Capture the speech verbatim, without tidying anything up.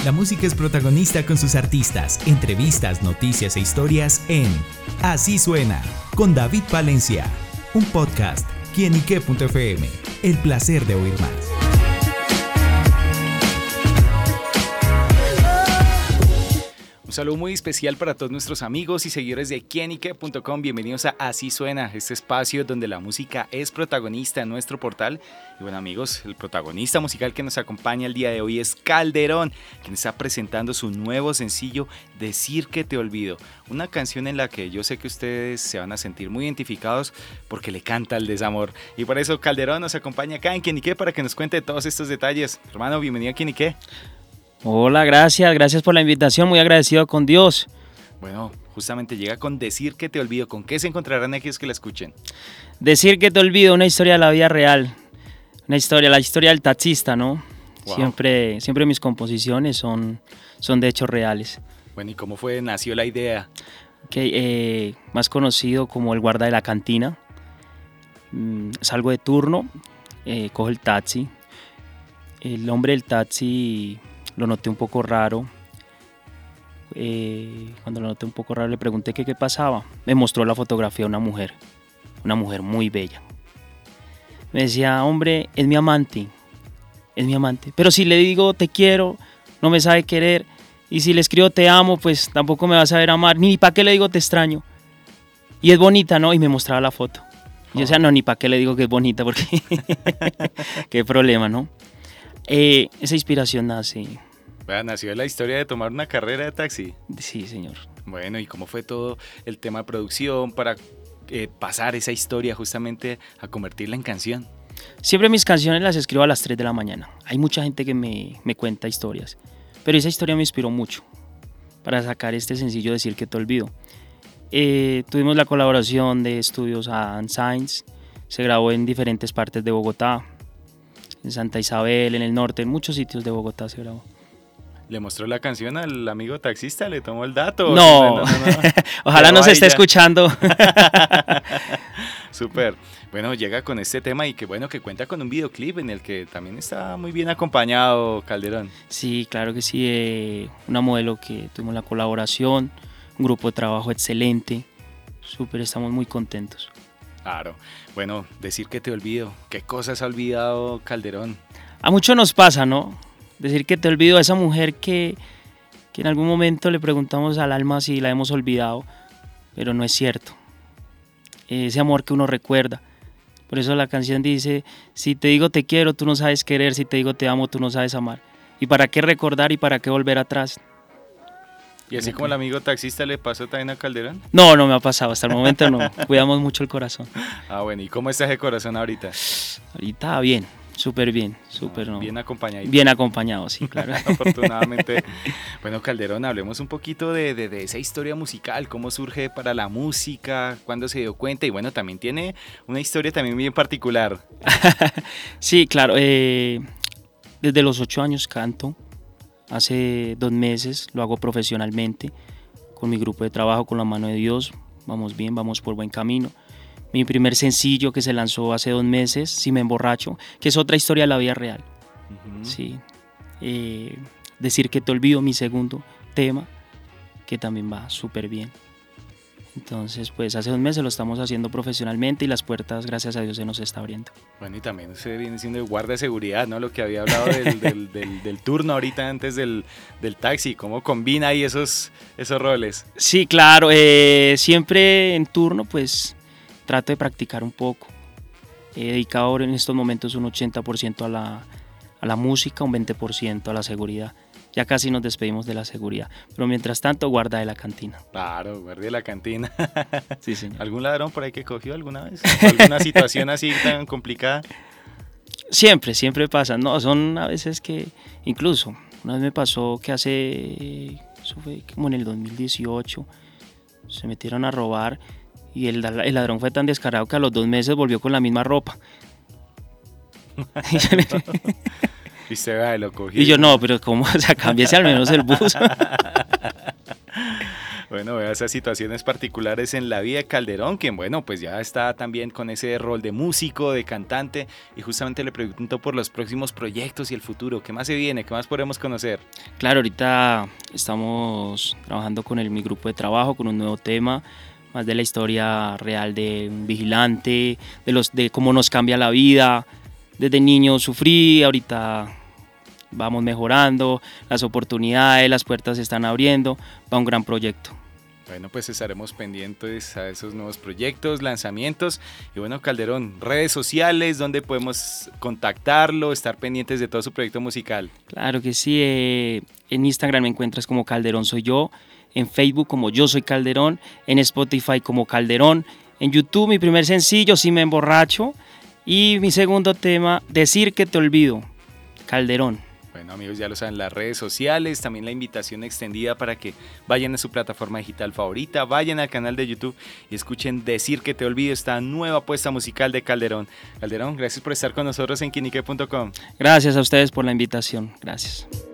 La música es protagonista con sus artistas, entrevistas, noticias e historias en Así Suena, con David Valencia, un podcast, quienique punto efe eme, el placer de oír más. Un saludo muy especial para todos nuestros amigos y seguidores de quienique punto com. Bienvenidos a Así Suena, este espacio donde la música es protagonista en nuestro portal. Y bueno, amigos, el protagonista musical que nos acompaña el día de hoy es Calderón, quien está presentando su nuevo sencillo Decir que te olvido. Una canción en la que yo sé que ustedes se van a sentir muy identificados porque le canta el desamor. Y por eso Calderón nos acompaña acá en Quienique para que nos cuente todos estos detalles. Hermano, bienvenido a Quienique. Hola, gracias, gracias por la invitación, muy agradecido con Dios. Bueno, justamente llega con Decir que te olvido. ¿Con qué se encontrarán aquellos que la escuchen? Decir que te olvido, una historia de la vida real, una historia, la historia del taxista, ¿no? Wow. Siempre, siempre mis composiciones son, son de hechos reales. Bueno, ¿y cómo fue, nació la idea? Okay, eh, más conocido como el guarda de la cantina. Mm, salgo de turno, eh, cojo el taxi. El hombre del taxi lo noté un poco raro. Eh, cuando lo noté un poco raro le pregunté que qué pasaba. Me mostró la fotografía de una mujer, una mujer muy bella. Me decía, hombre, es mi amante, es mi amante. Pero si le digo te quiero, no me sabe querer. Y si le escribo te amo, pues tampoco me va a saber amar. Ni para qué le digo te extraño. Y es bonita, ¿no? Y me mostraba la foto. Y yo decía, no, ni para qué le digo que es bonita, porque qué problema, ¿no? Eh, esa inspiración nace. Bueno, nació la historia de tomar una carrera de taxi. Sí, señor. Bueno, ¿y cómo fue todo el tema de producción para eh, pasar esa historia justamente a convertirla en canción? Siempre mis canciones las escribo a las tres de la mañana. Hay mucha gente que me, me cuenta historias, pero esa historia me inspiró mucho para sacar este sencillo Decir que te olvido. Eh, tuvimos la colaboración de estudios Adam Sainz, se grabó en diferentes partes de Bogotá, en Santa Isabel, en el norte, en muchos sitios de Bogotá se grabó. ¿Le mostró la canción al amigo taxista? ¿Le tomó el dato? No, no, no, no. Ojalá nos esté ya escuchando. Súper. Bueno, llega con este tema y que bueno que cuenta con un videoclip en el que también está muy bien acompañado Calderón. Sí, claro que sí. Eh, una modelo que tuvimos la colaboración, un grupo de trabajo excelente. Súper, estamos muy contentos. Claro. Bueno, decir que te olvido. ¿Qué cosas ha olvidado Calderón? A muchos nos pasa, ¿no? Decir que te olvido a esa mujer que, que en algún momento le preguntamos al alma si la hemos olvidado, pero no es cierto. Ese amor que uno recuerda. Por eso la canción dice, si te digo te quiero, tú no sabes querer, si te digo te amo, tú no sabes amar. ¿Y para qué recordar y para qué volver atrás? ¿Y así como el amigo taxista le pasó también a Calderón? No, no me ha pasado, hasta el momento no. Cuidamos mucho el corazón. Ah, bueno, ¿y cómo está ese corazón ahorita? Ahorita bien. Súper bien, súper no, no. Bien acompañado. Bien acompañado, sí, claro. Afortunadamente. Bueno, Calderón, hablemos un poquito de, de, de esa historia musical, cómo surge para la música, cuándo se dio cuenta y bueno, también tiene una historia también bien particular. Sí, claro, eh, desde los ocho años canto, hace dos meses lo hago profesionalmente, con mi grupo de trabajo, con la mano de Dios, vamos bien, vamos por buen camino. Mi primer sencillo que se lanzó hace dos meses, Si me emborracho, que es otra historia de la vida real. Uh-huh. Sí. Eh, Decir que te olvido, mi segundo tema, que también va súper bien. Entonces, pues hace dos meses lo estamos haciendo profesionalmente y las puertas, gracias a Dios, se nos está abriendo. Bueno, y también se viene siendo el guarda de seguridad, ¿no? Lo que había hablado del, del, del, del turno ahorita antes del, del taxi, ¿cómo combina ahí esos, esos roles? Sí, claro. Eh, siempre en turno, pues trato de practicar un poco. He dedicado ahora en estos momentos un ochenta por ciento a la, a la música, un veinte por ciento a la seguridad. Ya casi nos despedimos de la seguridad, pero mientras tanto guarda de la cantina. Claro, guarda de la cantina. Sí, señor. ¿Algún ladrón por ahí que cogió alguna vez? ¿Alguna situación así tan complicada? Siempre, siempre pasa. No, son a veces que, incluso, una vez me pasó que hace, eso fue como en el dos mil dieciocho, se metieron a robar. Y el, el ladrón fue tan descarado que a los dos meses volvió con la misma ropa. Y se ve, lo cogió. Y yo, no, pero ¿cómo? O sea, cámbiese al menos el bus. Bueno, vea a esas situaciones particulares en la vida de Calderón, quien bueno, pues ya está también con ese rol de músico, de cantante, y justamente le pregunto por los próximos proyectos y el futuro, ¿qué más se viene? ¿Qué más podemos conocer? Claro, ahorita estamos trabajando con el, mi grupo de trabajo, con un nuevo tema, más de la historia real de un vigilante, de, los, de cómo nos cambia la vida. Desde niño sufrí, ahorita vamos mejorando, las oportunidades, las puertas se están abriendo, va un gran proyecto. Bueno, pues estaremos pendientes a esos nuevos proyectos, lanzamientos. Y bueno, Calderón, redes sociales, ¿dónde podemos contactarlo, estar pendientes de todo su proyecto musical? Claro que sí, eh, en Instagram me encuentras como Calderón Soy Yo, en Facebook como Yo Soy Calderón, en Spotify como Calderón, en YouTube mi primer sencillo, Si Me Emborracho, y mi segundo tema, Decir que te olvido, Calderón. Bueno, amigos, ya lo saben, las redes sociales, también la invitación extendida para que vayan a su plataforma digital favorita, vayan al canal de YouTube y escuchen Decir que te olvido, esta nueva apuesta musical de Calderón. Calderón, gracias por estar con nosotros en quienique punto com. Gracias a ustedes por la invitación, gracias.